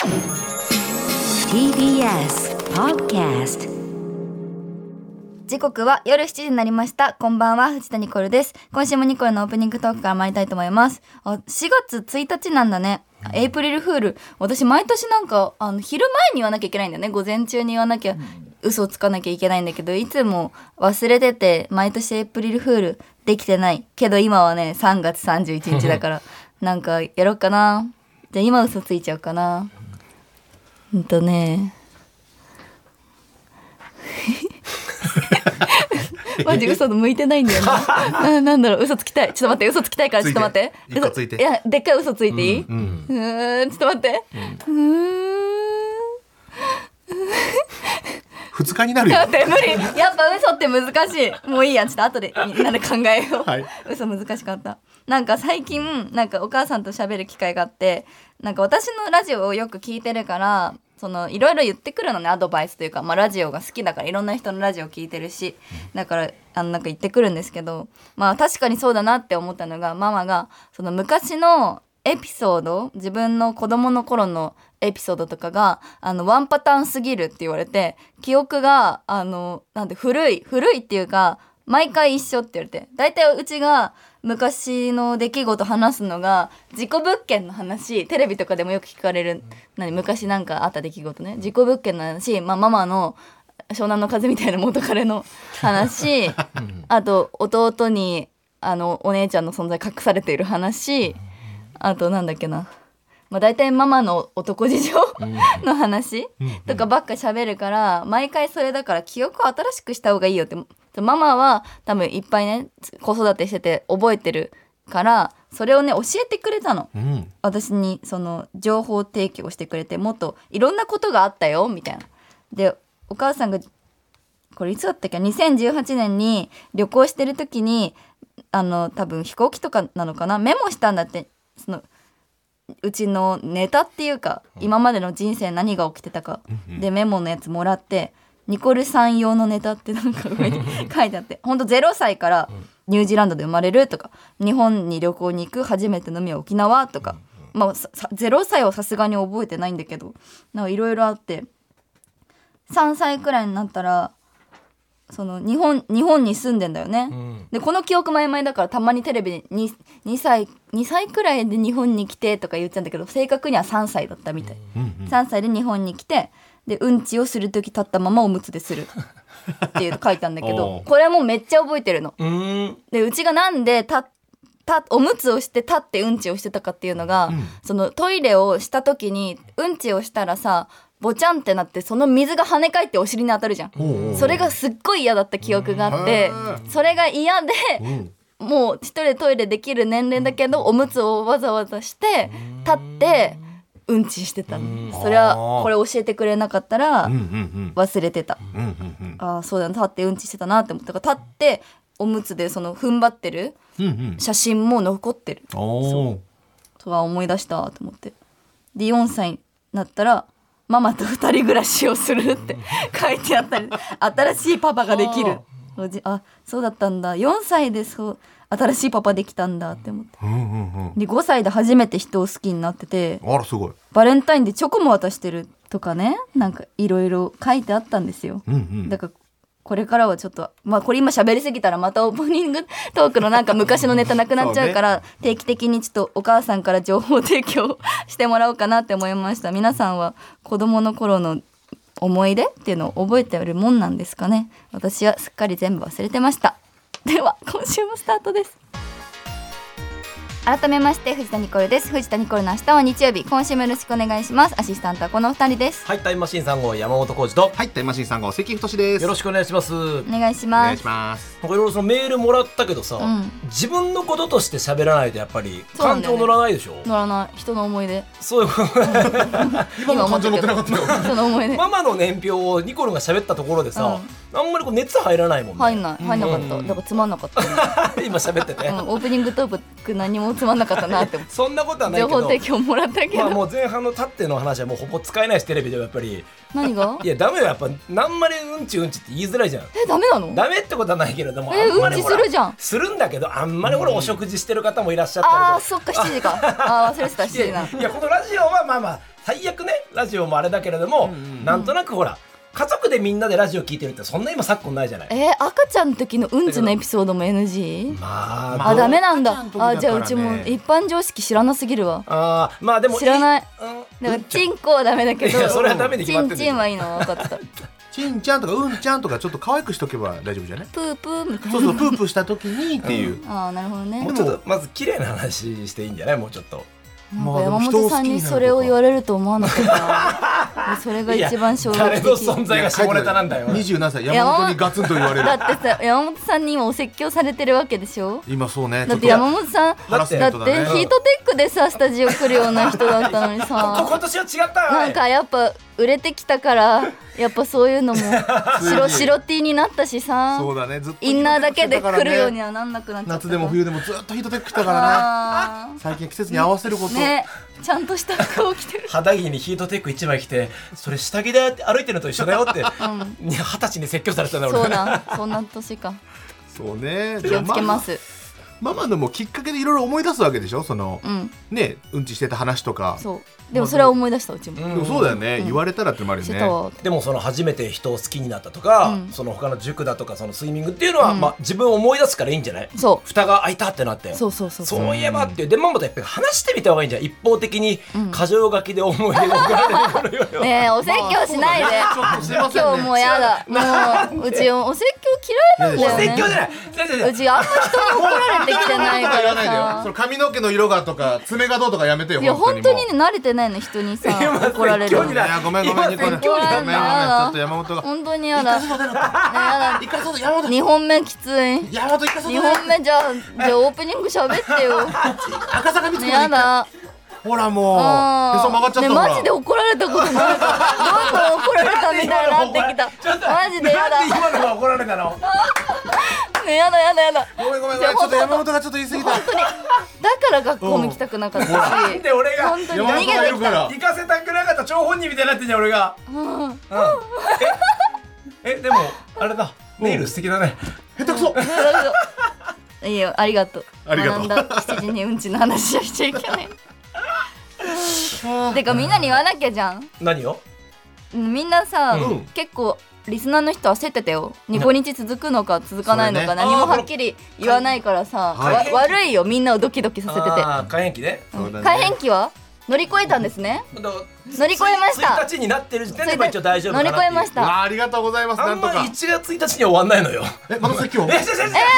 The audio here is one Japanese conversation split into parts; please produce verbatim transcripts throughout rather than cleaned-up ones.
ティービーエス Podcast。時刻は夜しちじになりました。こんばんは、藤田ニコルです。今週もニコルのオープニングトークから参りたいと思います。あ、しがつついたちなんだね。エイプリルフール。私毎年なんかあの昼前に言わなきゃいけないんだよね。午前中に言わなきゃ、嘘をつかなきゃいけないんだけど、いつも忘れてて毎年エイプリルフールできてないけど、今はねさんがつさんじゅういちにちだからなんかやろうかな。じゃあ今嘘ついちゃうかな。うんとねマジ嘘の向いてないんだよな。なんだろう、嘘つきたい。ちょっと待って、嘘つきたいからちょっと待って。 一個ついて。 いや、でっかい嘘ついていい？ うん、 うん、うーん、ちょっと待って。うん、うーん。 二日になるよ。 待って無理。やっぱ嘘って難しい。もういいや、ちょっと後でみんなで考えよう。 はい、 嘘難しかった。なんか最近なんかお母さんと喋る機会があって、なんか私のラジオをよく聞いてるから、そのいろいろ言ってくるのね、アドバイスというか、まあ、ラジオが好きだからいろんな人のラジオ聞いてるし、だからあのなんか言ってくるんですけど、まあ確かにそうだなって思ったのが、ママがその昔のエピソード、自分の子供の頃のエピソードとかがあのワンパターンすぎるって言われて、記憶があのなんで古い古いっていうか毎回一緒って言われて、だいたいうちが昔の出来事話すのが事故物件の話、テレビとかでもよく聞かれる、何昔なんかあった出来事ね、事故物件の話、まあ、ママの湘南の風みたいな元彼の話あと弟にあのお姉ちゃんの存在隠されている話、あとなんだっけな、まあ、大体ママの男事情の話とかばっか喋るから、毎回それだから記憶を新しくした方がいいよって。ママは多分いっぱいね子育てしてて覚えてるから、それをね教えてくれたの、うん、私にその情報提供してくれて、もっといろんなことがあったよみたいな。でお母さんがこれいつだったっけ、にせんじゅうはちねんに旅行してる時にあの多分飛行機とかなのかな、メモしたんだって。そのうちのネタっていうか、今までの人生何が起きてたかでメモのやつもらって、ニコルさん用のネタってなんか上に書いてあって、ほんとゼロさいからニュージーランドで生まれるとか、日本に旅行に行く初めての海は沖縄とか、まあゼロさいはさすがに覚えてないんだけど、なんかいろいろあって、さんさいくらいになったらその日本日本に住んでんだよね、うん、でこの記憶前々だから、たまにテレビで 2, 2, 歳2歳くらいで日本に来てとか言っちゃうんだけど、正確にはさんさいだったみたい、うんうん、さんさいで日本に来て、でうんちをするとき立ったままおむつでするっていう書いたんだけどこれもめっちゃ覚えてるの。うんでうちがなんでたたおむつをして立ってうんちをしてたかっていうのが、うん、そのトイレをしたときにうんちをしたらさ、ボチャンってなって、その水が跳ね返ってお尻に当たるじゃん。それがすっごい嫌だった記憶があって、それが嫌で、うん、もう一人でトイレできる年齢だけどおむつをわざわざして立ってうんちしてたの。それはこれ教えてくれなかったら忘れてた。ああそうだな、立ってうんちしてたなって思ったから、立っておむつでその踏ん張ってる写真も残ってる、そうとは思い出したと思って。でよんさいになったらママと二人暮らしをするって書いてあったり、新しいパパができる。あ、そうだったんだ、よんさいでそう新しいパパできたんだって思って、うんうんうん、でごさいで初めて人を好きになってて、 あらすごい、 バレンタインでチョコも渡してるとかね、なんかいろいろ書いてあったんですよ、うんうん、だからこれからはちょっと、まあこれ今喋りすぎたらまたオープニングトークのなんか昔のネタなくなっちゃうから、ね、定期的にちょっとお母さんから情報提供してもらおうかなって思いました。皆さんは子供の頃の思い出っていうのを覚えているもんなんですかね。私はすっかり全部忘れてました。では今週もスタートです。改めまして藤田ニコルです。藤田ニコルの明日は日曜日、今週もよろしくお願いします。アシスタントはこのふたりです。 はい、タイムマシーンさん号山本浩二と、 はい、タイムマシーンさん号関太です。 よろしくお願いします。 お願いします。お願いします。 なんかいろいろそのメールもらったけどさ、うん、自分のこととして喋らないとやっぱり感情乗らないでしょ、 ね、乗らない。人の思い出。 そういうこと今も感情乗ってなかったよ人の思い出。 ママの年表をニコルが喋ったところでさ、うん、あんまりこう熱入らないもんね。 入んない入んなかった、うん、だからつまんなかった、 ね、今喋ってて、 うん、オープニングトーク何もつまんなかったなってそんなことはないけど、 情報提供もらったけど、 まあ、もう前半の立っての話はもうほぼ使えないし、テレビではやっぱり何がいやダメよ、やっぱ何までうんちうんちって言いづらいじゃん。 えダメなの？ ダメってことはないけれども、 えー、うんちするじゃん。 するんだけど、あんまりほらお食事してる方もいらっしゃったりと、 あーそっかしちじかあー忘れてたしちじな。 いやこのラジオはまあまあ最悪ねラジオもあれだけれども、うんうん、なんとなくほら家族でみんなでラジオ聞いてるってそんな今昨今ないじゃない。 えー、赤ちゃんの時のうんちのエピソードも エヌジー？ まあ、あダメなんだ。あじゃあうちも一般常識知らなすぎるわ。 あまあでも知らない。うん、だからチンコはダメだけど、 いやそれはダメに決まってる。 チンチンはいいの分かった。 チンちゃんとかうんちゃんとかちょっと可愛くしとけば大丈夫じゃない？ プープーみたいな。 そうそうプープーした時にっていう、 うん、ああなるほどね。 もうちょっとまず綺麗な話していいんじゃない？もうちょっとなんか山本さんにそれを言われると思わなかったそれが一番衝撃的。 誰の存在が下ネタなんだよ。 にじゅうななさい山本にガツンと言われる。 だってさ山本さんに今お説教されてるわけでしょ。 今そうね。 だって山本さんだってヒートテックでさスタジオ来るような人だったのにさ今年は違ったなんかやっぱ売れてきたからやっぱそういうのも白白 T になったしさ。 そうだねずっとインナーだけで来るようにはなんなくなっちゃった。 夏でも冬でもずっとヒートテック着たからね。最近季節に合わせることねちゃんとした服を着てる。 肌着にヒートテックいちまい着てそれ下着で歩いてるのと一緒だよって二十歳に説教されてたんだ俺。 そうだそんな年か。 そうね気をつけます。 ママでもきっかけでいろいろ思い出すわけでしょその、うん、ねうんちしてた話とか。 そうでもそれは思い出したうちも。 でもそうだよね、うん、言われたらってもあるよね。 でもその初めて人を好きになったとか、うん、その他の塾だとかそのスイミングっていうのは、うんまあ、自分を思い出すからいいんじゃない？ そう蓋が開いたってなってそうそうそうそうそういえばっていうでママとやっぱり話してみた方がいいんじゃない？一方的に箇条書きで思い出が送られてくるよ。 ねえお説教しないで、まあね、今日もうやだもううちお説教嫌いなんだよね。 お説教じゃないうちあんま人に怒られてきてないからさその髪の毛の色がとか爪がどうとかやめてよ。 いや本当にね慣れてないの人にさ怒られる。 いやごめんごめんニコルごめんごめんちょっと山本が本当にやだ。 一回外出なかった。一回外山本にほんめきつい。 山本一回外出にほんめじゃあじゃあオープニング喋ってよ。 赤坂見つけやだ。 ほらもうへそ曲がっちゃったねマジで怒られたことない。どんどん怒られたみたいになってきた。マジでやだ。 今のが怒られたの。 ねやだやだやだ。 ごめんごめんごめんちょっと山本がちょっと言い過ぎた。 本当にだから学校も行きたくなかったし。 なんで俺が本当に逃げてきた。 行かせたくなかった張本人みたいになってんじゃん俺が。うんうん。ええでもあれだネイル素敵だね。 下手くそ。 いいよありがとう。 ありがとう。 学んだしちじにうんちの話はしちゃいけない。てかみんなに言わなきゃじゃん。 何を？ みんなさ、うん、結構リスナーの人焦ってたよ。にこ日続くのか続かないのか、ね、何もはっきり言わないからさ、わ悪いよみんなをドキドキさせてて。 あ改変期ね、 うん、改変期は乗り越えたんですね。乗り越えました。 ついたちになってる時点で一応大丈夫かなっていう。 乗り越えました。 あ, ありがとうございます。 あんまりいちがついたちには終わんないのよ。 えまた説教？ ええええ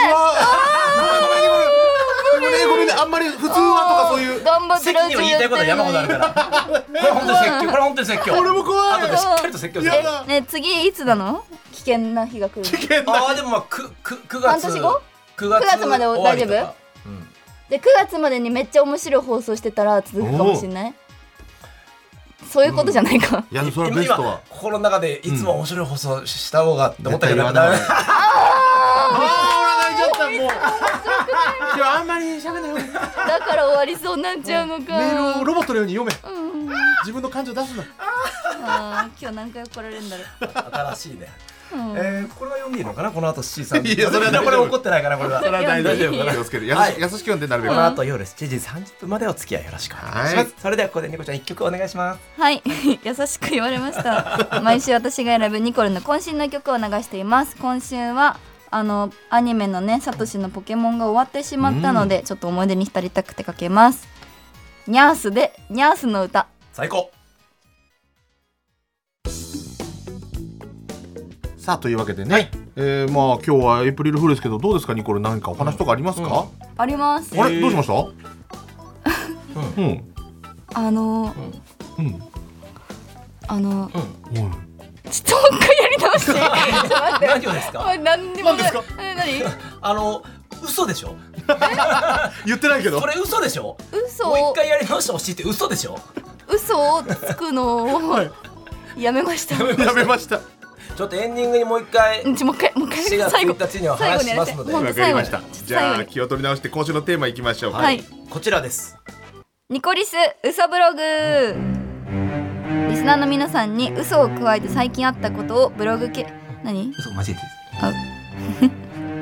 ごめんねごめんねあんまり普通はとかそういう席には言いたいことは山ほどあるからこれ本当に説教これ本当に説教。 俺も怖い。 後でしっかりと説教する。 えね次いつなの？危険な日が来るの？ 危険なああでもまあくくくがつ半年後？ くがつまで大丈夫？でくがつまでにめっちゃ面白い放送してたら続くかもしれない。そういうことじゃないか。 いやそれはベストは心の中でいつも面白い放送した方がって思ったけどダメ。 ああ泣いちゃったもう。いやあんまり喋んない。 だから終わりそうになっちゃうのか。 メールをロボットのように読め。自分の感情出すな。 あ今日何回怒られるんだろう。 新しいね。えこれは読んでいいのかなこの後 シー さん。いやそれはこれ怒ってないかなこれは。 それは大丈夫かな。気をつける。優しく読んでなるべく。 この後夜しちじさんじゅっぷんまでお付き合いよろしくお願いします。それではここでニコちゃんいっきょくお願いします。 はい優しく言われました。毎週私が選ぶニコルの渾身の曲を流しています。今週はあのアニメのねサトシのポケモンが終わってしまったので、ちょっと思い出に浸りたくてかけます。ニャースでニャースの歌。 最高。 さあというわけでね、はい、えー、まあ今日はエイプリルフールですけどどうですかニコル何かお話とかありますか？うんうん、 あります。 あれどうしました？ うん、うん、 あのー、うん、あの、うん、ちょっともう一回やり直して。 何をですか？ 何でも何ですか？ え何？ あの嘘でしょ？ 言ってないけど。 それ嘘でしょ？ 嘘。 もう一回やり直してほしいって嘘でしょ？ 嘘をつくのをやめました。 やめました。 ちょっとエンディングにもう一回もう一回もう一回しがつついたちには話しますので。 わかりました。じゃあ気を取り直して今週のテーマいきましょう。 はい、こちらです。 ニコリス嘘ブログ。リスナーの皆さんに嘘を加えて最近あったことをブログけ何？ 嘘マジで。 あ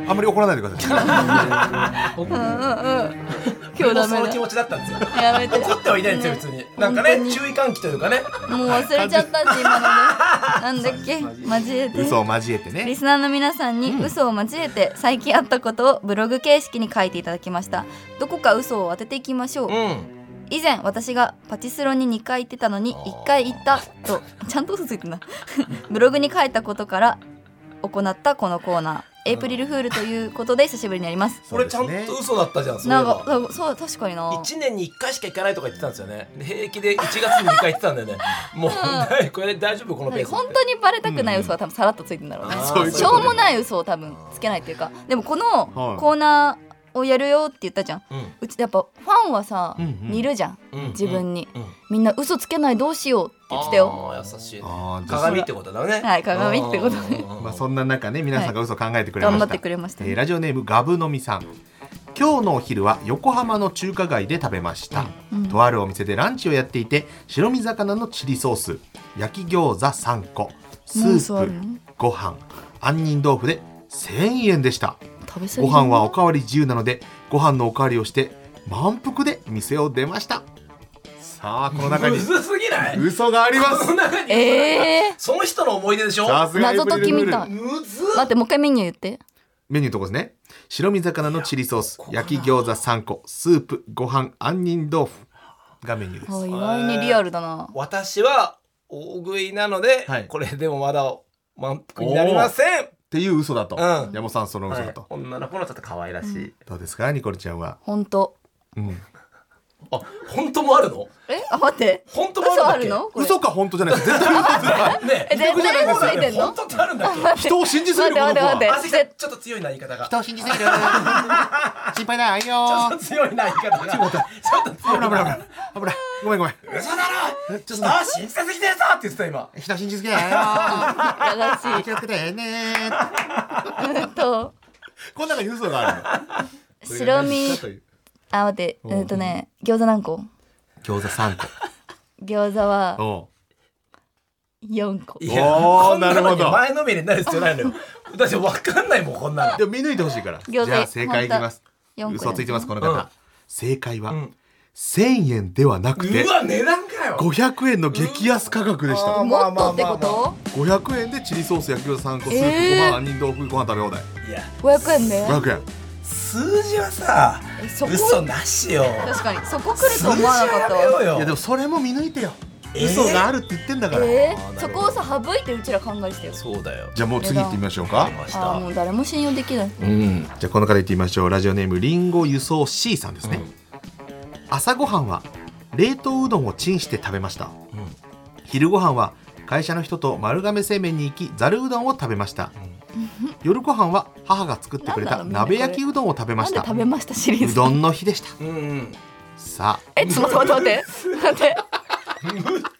あんまり怒らないでください。 うんうんうん今日今日ダメだその気持ちだったんですよ。 やめて怒ってはいないんですよ別に。なんかね本当に注意喚起というかね。 もう忘れちゃったし今のでなんだっけ交えて嘘を交えてね。 リスナーの皆さんに嘘を交えて最近あったことをブログ形式に書いていただきました。どこか嘘を当てていきましょう。 うん。 以前私がパチスロににかい行ってたのにいっかい行ったとちゃんと嘘ついてんなブログに書いたことから行ったこのコーナーエイプリルフールということで久しぶりになります。 これちゃんと嘘だったじゃん。そういえなんばかそう確かにな。 いちねんにいっかいしか行かないとか言ってたんですよね。で平気でいちがつににかい行ってたんだよね。もうこれ大丈夫このペース。 本当にバレたくない嘘は多分さらっとついてるんだろうね、 うんそういうことねしょうもない嘘を多分つけないっていうか。でもこのコーナーをやるよって言ったじゃん、 うんうちやっぱファンはさ、 うんうん見るじゃん、 うん自分に、 うんみんな嘘つけないどうしようって言ってたよ。 あー優しいね。 あーじゃあ鏡ってことだね。 はい鏡ってことでまあそんな中ね皆さんが嘘を考えてくれました。 頑張ってくれましたね、 えーラジオネームガブのみさん。今日のお昼は横浜の中華街で食べました、 うんとあるお店でランチをやっていて白身魚のチリソース焼き餃子さんこスもうそうあープるのご飯杏仁豆腐でせんえんでした。 食べ過ぎご飯はおかわり自由なのでご飯のおかわりをして満腹で店を出ました。さあこの中にむずすぎない？ 嘘があります。 この中にえその人の思い出でしょ。 さすがエイ謎プリルフール解きみたい。 むずっ。 待ってもう一回メニュー言って。 メニューのとこですね。白身魚のチリソースいやここ焼き餃子さんこスープご飯杏仁豆腐がメニューです。 あ意外にリアルだな。 私は大食いなので、 はいこれでもまだ満腹になりません。 っていう嘘だと、 うん山本さんその嘘だと、 はい女の子のちょっと可愛らしい。 どうですかニコルちゃんは。 本当。 うん、 あ、本当もあるの？ えあ待って。 本当も嘘あるんだっあるの？これ嘘か本当じゃないです。絶対嘘ですよ。 け？ねえ絶対嘘ついてんの？ 本当ってあるんだっけ？ 待って人を信じすぎるこの子待っては。 あ、関さんちょっと強いな言い方が。 人を信じすぎる。心配ないよちょっと強いな言い方が。ちょっと強いな。 危ない危ない危ない。ごめんごめん。 嘘だろ。 ちょっとあ、信じさせてきてるぞって言ってた今。 人信じすぎだよ。 やらし気をつけてね。 い。とこの中に嘘があるの。 白身それが何かというあ待ってえっとね餃子何個？ 餃子さんこ。 餃子はおうよんこ。 いや、 おーこんなのになるほど前のめりになる必要ないのよ。だって分かんないもんこんなの。 でも見抜いてほしいから。じ餃子ゃあ正解いきます。 よんこ嘘ついてますこの方。 うん正解は、 うんせんえんではなくてうわ値段かよ。 ごひゃくえんの激安価格でした。 うんもっとってこと？ ごひゃくえんでチリソース焼き餃子さんこスープ、 えーご飯杏仁豆腐ご飯食べ放題。 いや、 ごひゃくえんでごひゃくえん。 数字はさ、 えそこ嘘なしよ。 確かにそこ来ると思わなかったわ。 数字はやめようよいやでもそれも見抜いてよ。 えー嘘があるって言ってんだから。 えあーなるほどー、そこをさ省いてうちら考えてたよ。 そうだよ。 じゃあもう次行ってみましょうか。 出ましあーた。 もう誰も信用できない。 うん。 じゃあこの方行ってみましょう。ラジオネームリンゴ輸送 C さんですね。朝ごはんは冷凍うどんをチンして食べました。昼ごはんは会社の人と丸亀製麺に行きざるうどんを食べました。夜ごはんは母が作ってくれたなんだろうみんなこれ鍋焼きうどんを食べました。 なんで食べましたシリーズ。 うどんの日でした。 うんうん。 さあえちょっと待って待って待って。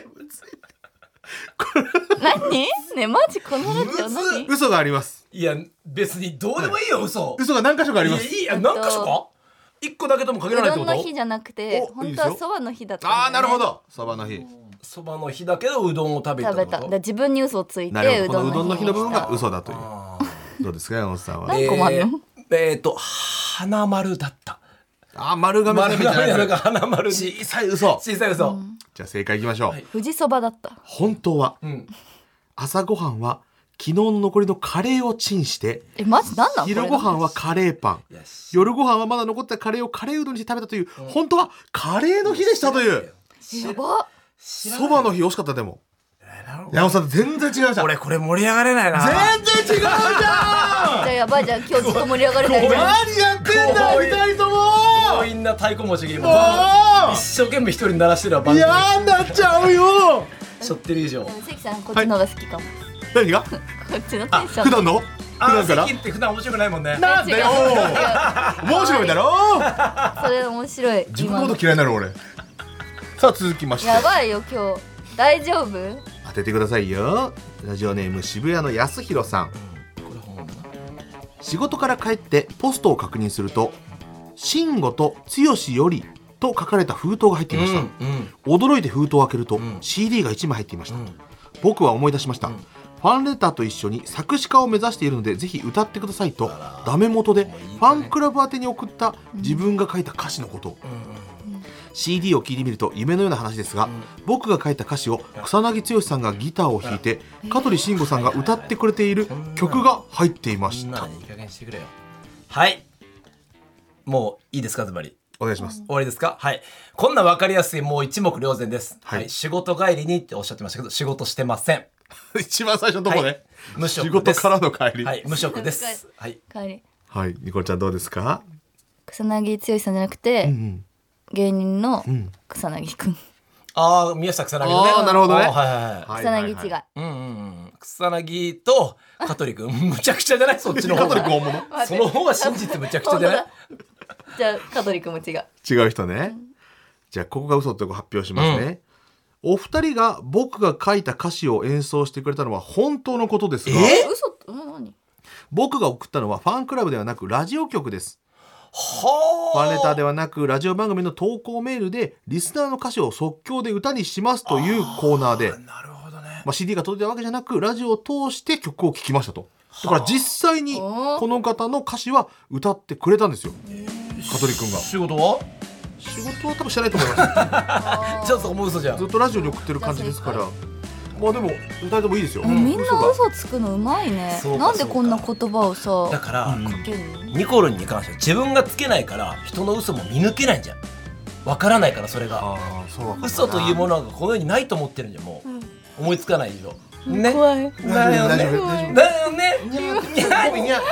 何？ねえマジこのラジオ何？ 嘘があります。 いや別にどうでもいいよ嘘。 嘘が何箇所かあります。 いやいいや何箇所か？一個だけとも限らうないってことどんの日？じゃなくておいい本当ですよはそばの日だったんだよね。 ああなるほど。そばの日。 そばの日だけどうどんを食べた食べた。 ってことで自分に嘘をついなるほど。 てうどんこのうどんの日の部分がにした。 嘘だという。 あどうですか山本さんは。 何個もあるの？ えーえーと花丸だった。 あー丸亀製丸麺じゃ亀なんかない。 花丸に小さい嘘。 小さい嘘。 じゃあ正解いきましょう。 はい富士そばだった。 本当はうん。 朝ごはんは昨日の残りのカレーをチンしてえマジなんなんこれ？ 昼ごはんはカレーパンよし。 夜ごはんはまだ残ったカレーをカレーうどんにして食べたという、本当はカレーの日でしたという。 やば。 そばの日惜しかった。でも山本さん全然違いました。 俺これ盛り上がれないな。 全然違うじゃん。 じゃあやばいじゃん今日ずっと盛り上がれないじゃん。 何やってんだこういう二人とも。 強引な太鼓持ちが今も一生懸命一人に鳴らしてるわバうンド嫌になっちゃうよ。 しょってる以上。 関さんこっちの方が好きかも。 何がこっちのテンション。 普段の普あ段からー関って普段面白くないもんね。 なんだよ違う面白いだろ。 それ面白い。 自分のこと嫌いになる俺。さあ続きましてやばいよ今日。大丈夫？ 当ててくださいよ。ラジオネーム渋谷の安弘さん。 これ本物だな。 仕事から帰ってポストを確認すると慎吾と剛よりと書かれた封筒が入っていました、 うんうん驚いて封筒を開けると、 んシーディー がいちまい入っていました、 うん僕は思い出しました、 んファンレターと一緒に作詞家を目指しているのでぜひ歌ってくださいとダメ元でファンクラブ宛てに送った自分が書いた歌詞のことを、うんうん、シーディー を聞いてみると夢のような話ですが、うん、僕が書いた歌詞を草薙剛さんがギターを弾いて香取慎吾さんが歌ってくれている曲が入っていました。 いい加減してくれよ。はい、もういいですか、ズバリお願いします。 終わりですか。はい、こんな分かりやすいもう一目瞭然です、はいはい、仕事帰りにっておっしゃってましたけど仕事してません一番最初のとこね、 はい、無職です。 仕事からの帰り、 はい、無職ですはい、 帰りはい、ニコルちゃんどうですか。 草薙剛さんじゃなくて、うんうん、芸人の草薙くん、うん、 ああ宮下草薙のね。 ああなるほどね、 はいはいはい、 草薙違い、 うんうんうん、草薙と香取くんむちゃくちゃじゃないそっちの方が香取くん本物その方は真実むちゃくちゃじゃないじゃあ香取くんも違う違う人ね、うん、じゃあここが嘘ってとこ発表しますね、うん、お二人が僕が書いた歌詞を演奏してくれたのは本当のことですが、 えー、嘘って何。 僕が送ったのはファンクラブではなくラジオ局です。 はファンレターではなくラジオ番組の投稿メールでリスナーの歌詞を即興で歌にしますというコーナーで、 なるほどね、 まあ、シーディー が届いたわけじゃなくラジオを通して曲を聴きましたと。だから実際にこの方の歌詞は歌ってくれたんですよ、香取くんが。 仕事は仕事は多分してないと思いますちょっと思う嘘じゃん。 ずっとラジオに送ってる感じですから、まあでも歌いてもいいですよ、 うん、みんな嘘つくのうまいね。なんでこんな言葉をさだから、うん、 かけるの。 ニコルンに関しては自分がつけないから人の嘘も見抜けないんじゃん。わからないからそれが。 あそう嘘というものがこの世にないと思ってるんじゃん。もう、うん、思いつかないでしょ、 うんね、怖いだよね大丈夫大丈夫だよねにゃ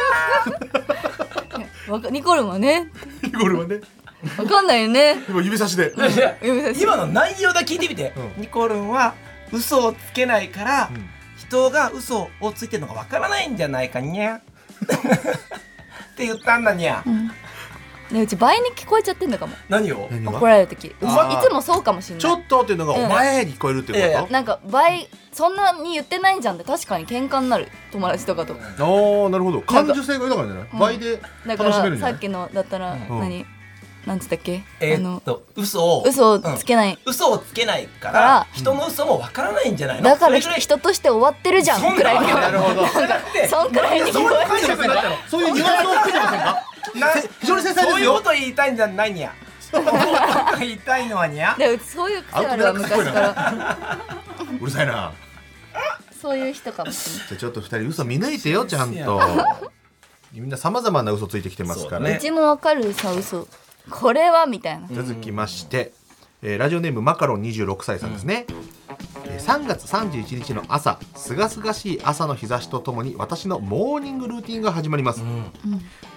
ニコルンはねニコルンはねわかんないよね。 今指差しで今の内容だけ聞いてみて、うん、ニコルンは嘘をつけないから、うん、人が嘘をついてるのがわからないんじゃないかにゃって言ったんだにゃ、うんね、うち倍に聞こえちゃってんだかも。 何を怒られるときいつもそうかもしれない。 ちょっとっていうのがお前に聞こえるってこと、うん、 いやいやなんか倍そんなに言ってないんじゃんって確かに喧嘩になる友達とかと。ああなるほど感受性が豊かじゃない、うん、倍で楽しめるんじゃない。だからさっきのだったら、うん、何なんつったっけ、 えー、っと嘘を嘘をつけない、 うん、嘘をつけないから人の嘘もわからないんじゃないの。 だから人として終わってるじゃんくらいの。 なるほどそんくらいに聞こえる。 そういうニュアンスを含めてませんか。非常に繊細ですよ。 そういうこと言いたいんじゃないにゃ言いたいのはにゃでうちそういう癖あるわ昔からうるさいなそういう人かもしれない。 じゃあちょっとふたり嘘見抜いてよちゃんとみんなさまざまな嘘ついてきてますからね。 うちもわかるさ嘘これはみたいな。 続きまして、えー、ラジオネームマカロンにじゅうろくさいさんですね、うん、さんがつさんじゅういちにちの朝すがすがしい朝の日差しとともに私のモーニングルーティンが始まります、うん、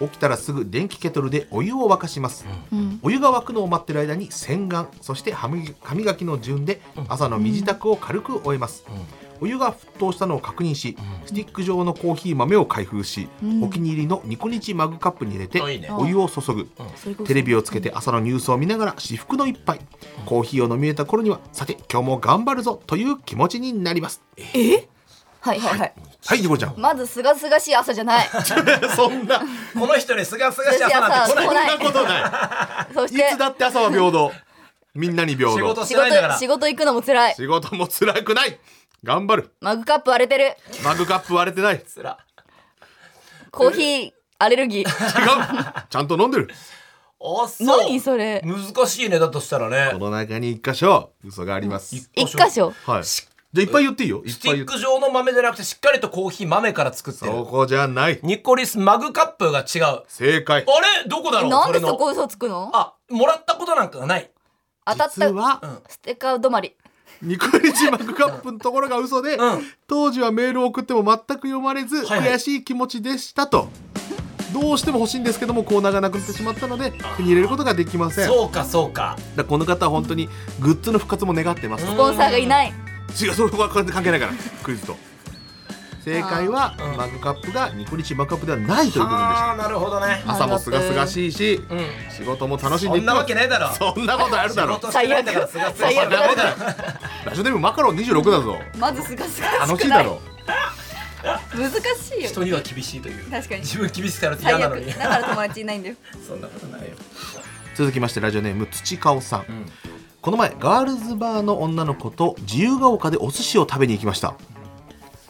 起きたらすぐ電気ケトルでお湯を沸かします、うん、お湯が沸くのを待ってる間に洗顔そして歯磨きの順で朝の身支度を軽く終えます、うんうん、お湯が沸騰したのを確認し、うん、スティック状のコーヒー豆を開封し、うん、お気に入りのニコニチマグカップに入れて、うん、お湯を注ぐ、うん、テレビをつけて朝のニュースを見ながら至福の一杯、うん、コーヒーを飲み終えた頃にはさて今日も頑張るぞという気持ちになります。 えはいはいはいはいニコちゃんまずすがすがしい朝じゃないそんなこの人にすがすがしい朝なんて来ないそんなことないそしていつだって朝は平等みんなに平等。 仕事してないんだから仕事行くのも辛い。 仕事も辛くない頑張る。 マグカップ割れてる。 マグカップ割れてない。 つらコーヒーアレルギー。違うちゃんと飲んでる。 あそう何それ難しいね。だとしたらねこの中に一箇所嘘があります。 一箇所はいじゃあいっぱい言っていいよ。 スティック状の豆じゃなくてしっかりとコーヒー豆から作ってる。 そこじゃない。 ニコリスマグカップが違う。 正解。 あれどこだろう。 なんでそこ嘘つくの。 あもらったことなんかがない。 当たったは、 うん、ステッカー止まり。 ニコリチマグカップのところが嘘で、うん、当時はメールを送っても全く読まれず、はいはい、悔しい気持ちでしたと。どうしても欲しいんですけどもコーナーがなくなってしまったので手に入れることができません。 そうかそうか。 だこの方は本当にグッズの復活も願ってます。 スポンサーがいない。 違うそこは関係ないからクイズと。正解は、うん、マグカップがニコニチマグカップではないという部分でした。 あなるほどね。 朝もすがすがしいし、うん、仕事も楽しんでいく。 そんなわけないだろ。 そんなことあるだろ。 最悪最悪だろ。 ラジオネームマカロンにじゅうろくだぞ。 まずすがすがしくない。 楽しいだろ。 難しいよ。 人には厳しいという。 確かに。 自分厳しさの嫌なのに。 だから友達いないんだよ。 そんなことないよ。 続きましてラジオネーム土顔さん、うん、この前ガールズバーの女の子と自由が丘でお寿司を食べに行きました。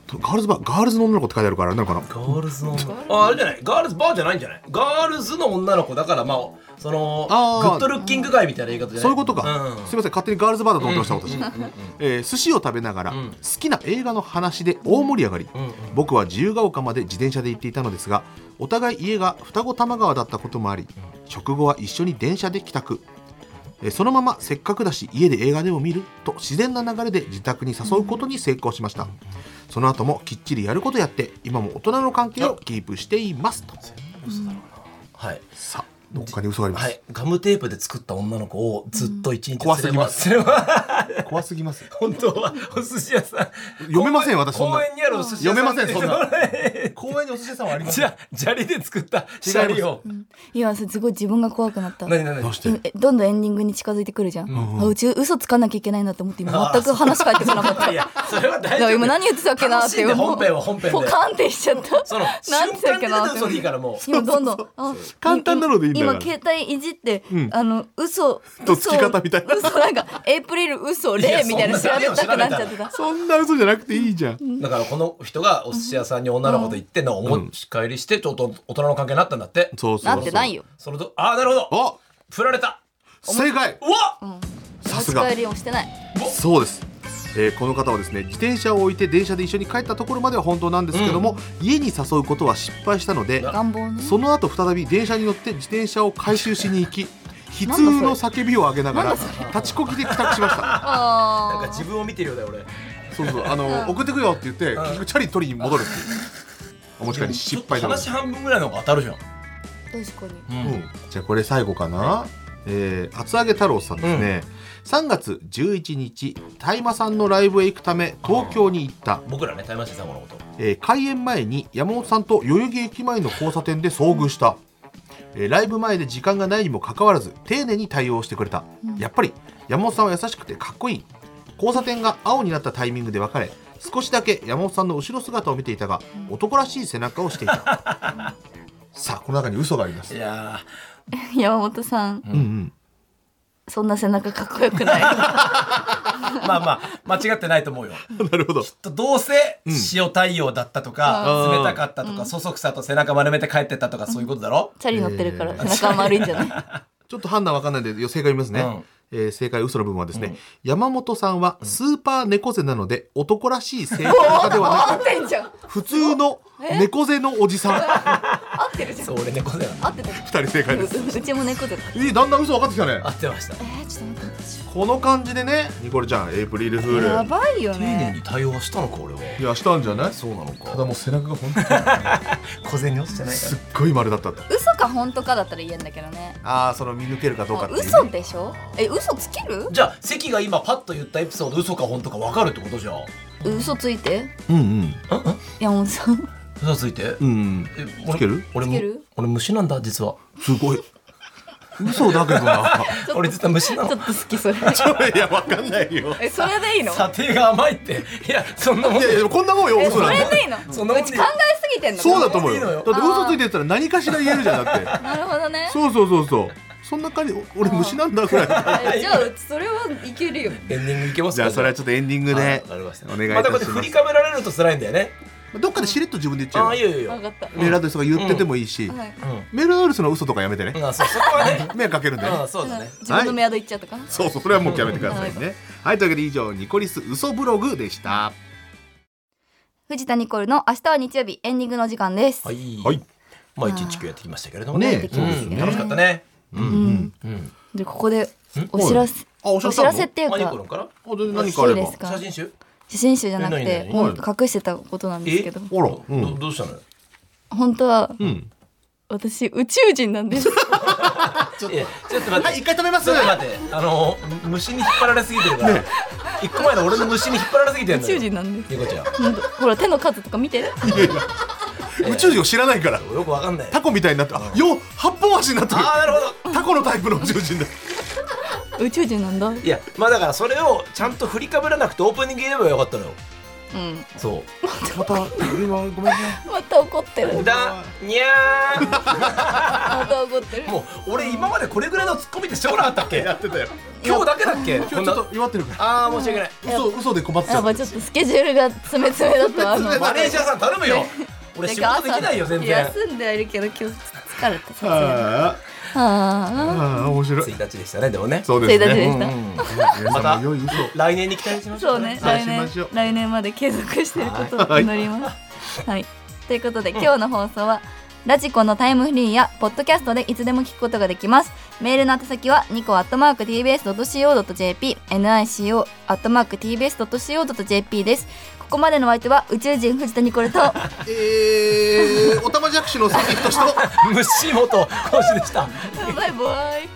ガールズバー、ガールズの女の子って書いてあるからなんかな。 ガールズのああれじゃない、ガールズバーじゃないんじゃない、ガールズの女の子だから、まあそのあーグッドルッキングガイみたいな言い方じゃない、 そういうことか、 うんすみません勝手にガールズバーだと思ってました、私、えー寿司を食べながら、 うん好きな映画の話で大盛り上がり、 うんうん僕は自由が丘まで自転車で行っていたのですが、お互い家が双子玉川だったこともあり、食後は一緒に電車で帰宅。えーそのまませっかくだし家で映画でも見ると自然な流れで自宅に誘うことに成功しました。その後もきっちりやることやって今も大人の関係をキープしていますと。 はい、 さあどこかに嘘があります、 はい、ガムテープで作った女の子をずっと一日怖すぎます連れ回す怖すぎます。 本当はお寿司屋さん読めません私そんな公園にあるお寿司屋さん読めませんそんなな公園にお寿司屋さんはありません。 じゃあ砂利で作ったシャリをいやすごい自分が怖くなった。 何何何どうしてえどんどんエンディングに近づいてくるじゃん、あうち嘘つかなきゃいけないなって思って今全く話返ってこなかったいやそれは大だから丈夫今何言ってたっけなって楽しんで本編は本編でポカンってしちゃったそのなんて言ったっけな瞬間で嘘でいいからもう今どんどんあ簡単なのでいいんだから今携帯いじって、 うんあの嘘とつき方みたいな嘘なんかエイプリル嘘例みたいな調べたくなっちゃってた。 そんな嘘じゃなくていいじゃん。 だからこの人がお寿司屋さんに女の子と行ってのお持ち帰りしてちょっと大人の関係になったんだって。 そうそうそうなってないよ。 そのとああなるほどあ振られた。 正解。 うわうんさすが持ち帰りもしてない。 そうです、えーこの方はですね自転車を置いて電車で一緒に帰ったところまでは本当なんですけども、家に誘うことは失敗したので、 願望ね。 その後再び電車に乗って自転車を回収しに行き悲痛の叫びを上げながら立ちこぎで帰宅しました。 あーなんか自分を見てるようだよ俺。 そうそうあの送ってくよって言って結局チャリ取りに戻るっていうお持ち帰り失敗でございます。 話半分ぐらいの方が当たるじゃん。 確かに。 うんうんじゃあこれ最後かな、えー厚揚げ太郎さんですね、さんがつじゅういちにち大麻さんのライブへ行くため東京に行った、 僕らね大麻さんのこと。 えー開演前に山本さんと代々木駅前の交差点で遭遇した、えーライブ前で時間がないにもかかわらず丁寧に対応してくれた、やっぱり山本さんは優しくてかっこいい。交差点が青になったタイミングで別れ少しだけ山本さんの後ろ姿を見ていたが男らしい背中をしていたさあこの中に嘘があります。 いや山本さん、 うんうんそんな背中かっこよくない。 ーまあまあ間違ってないと思うよ。 なるほど。 とどうせ塩対応だったとか、 うん冷たかったとか、そそくさと背中丸めて帰ってったとか、そういうことだろ。 チャリ乗ってるから背中は丸いんじゃない。 ちょっと判断わかんないんで正解読みますね、 うんえー正解嘘の部分はですね、山本さんはスーパー猫背なので男らしい性格派では合なくってんじゃん。 普通の猫背のおじさん。 合ってるじゃん。 そう俺猫だよ。 合ってた。 ふたり正解です。 ううちも猫で。 いいだんだん嘘分かってきたね合。ってました。 えー、ちょっと待って。 この感じでねニコルちゃんエイプリルフールやばいよ丁寧ね。 に対応したのか俺は。 いやしたんじゃない。 そうなのか。 ただもう背中が本当に小銭落ちてないかすっごい丸だったと。 嘘か本当かだったら言えんだけどね。 ああその見抜けるかどうかっていうね、 嘘でしょ。え嘘つけるら。？じゃあ関が今パッと言ったエピソード嘘か本当か分かるってことじゃん。 嘘ついて。 うんうん山本さん。 嘘ついて。 うんえつける俺つける俺虫なんだ実は。 すごい嘘だけどな俺実は虫なの。 ちょっと好きそれ。 いやわかんないよ。 えそれでいいの？ 査定が甘いって。いやそんなもんいやいやでもこんなもんよえそ嘘なんだ。 れでいいの？ そんなもんでいいうち考えすぎてんの？ そうだと思うよ。 いいのよだって嘘ついてたら何かしら言えるじゃんだって。 なるほどね。 そうそうそうそう。そんな感じ俺虫なんだぐらい。 えじゃあうちそれはいけるよ。 エンディングいけますか。 じゃあそれはちょっとエンディングであわかりましたお願いいまたこたします。 うやって振りかめられると辛いんだよね。 どっかでしれっと自分で言っちゃうよ。 ああいいよいいよ。 分かった。 メールアドレスとか言っててもいいし、 はい。 メールアドレスの嘘とかやめてね。 うんあそうそこはね。 迷惑かけるんでね。 あそうだね。 自分のメアド言っちゃったかな。 そうそうそれはもうやめてくださいね。はいというわけで以上ニコリス嘘ブログでした。 藤田ニコルの明日は日曜日エンディングの時間です。 はい。 はい。 まあ一日今日やってきましたけれどもねやってきましたねうん楽しかったね。 うんうん。 うん。 でここでお知らせあお知らせお知らせっていうマニコかロンからあ全然何かあれば。 いいですか写真集。 写真集じゃなくえて何 々 本隠してたことなんですけど、 あらうんどどうしたのよ。 本当はうん。 私宇宙人なんです。 ちょっとちょっと待って。 はい一回止めます。 ちょっと待って。あの虫に引っ張られすぎてるから。一個前の俺の虫に引っ張られすぎてる宇んだよ。 宙人なんです。 ニコちゃん。 ほんとほら手の数とか見て。 いやいや宇宙人を知らないから。 よくわかんない。 タコみたいになって、あよ八本足になってる。 ああなるほど。 タコのタイプの宇宙人だ。 宇宙人なんだ。 いやまあだからそれをちゃんと振りかぶらなくてオープニング言えばよかったのよ。 うんそまた今ごめんねまた怒ってるうだにゃーまた怒ってるもう俺今までこれぐらいのツッコミってしてこなかったっけやってたよ今日だけだっけ今日ちょっと弱ってるからああ申し訳ない嘘嘘で困ってたやっぱちょっとスケジュールが詰め詰めだったあのマネージャーさん頼むよ俺仕事できないよ全然休んではいるけど今日疲れたさすがにああああ面白いついたちでしたねでもねそうですついたちでねしたうんうん皆さんも良い嘘来年に期待しましょうそうねそう来年しましょう来年まで継続していることを祈りますはいということで今日の放送はラジコのタイムフリーやポッドキャストでいつでも聞くことができます。メールの宛先はニコアットマーク ティービーエスドットシーオードットジェーピー ニコ アットマーク ティービーエスドットシーオードットジェーピー です。ここまでのお相手は宇宙人藤田ニコルとえーおたまじゃくしの関太と虫本講師でしたバイバイ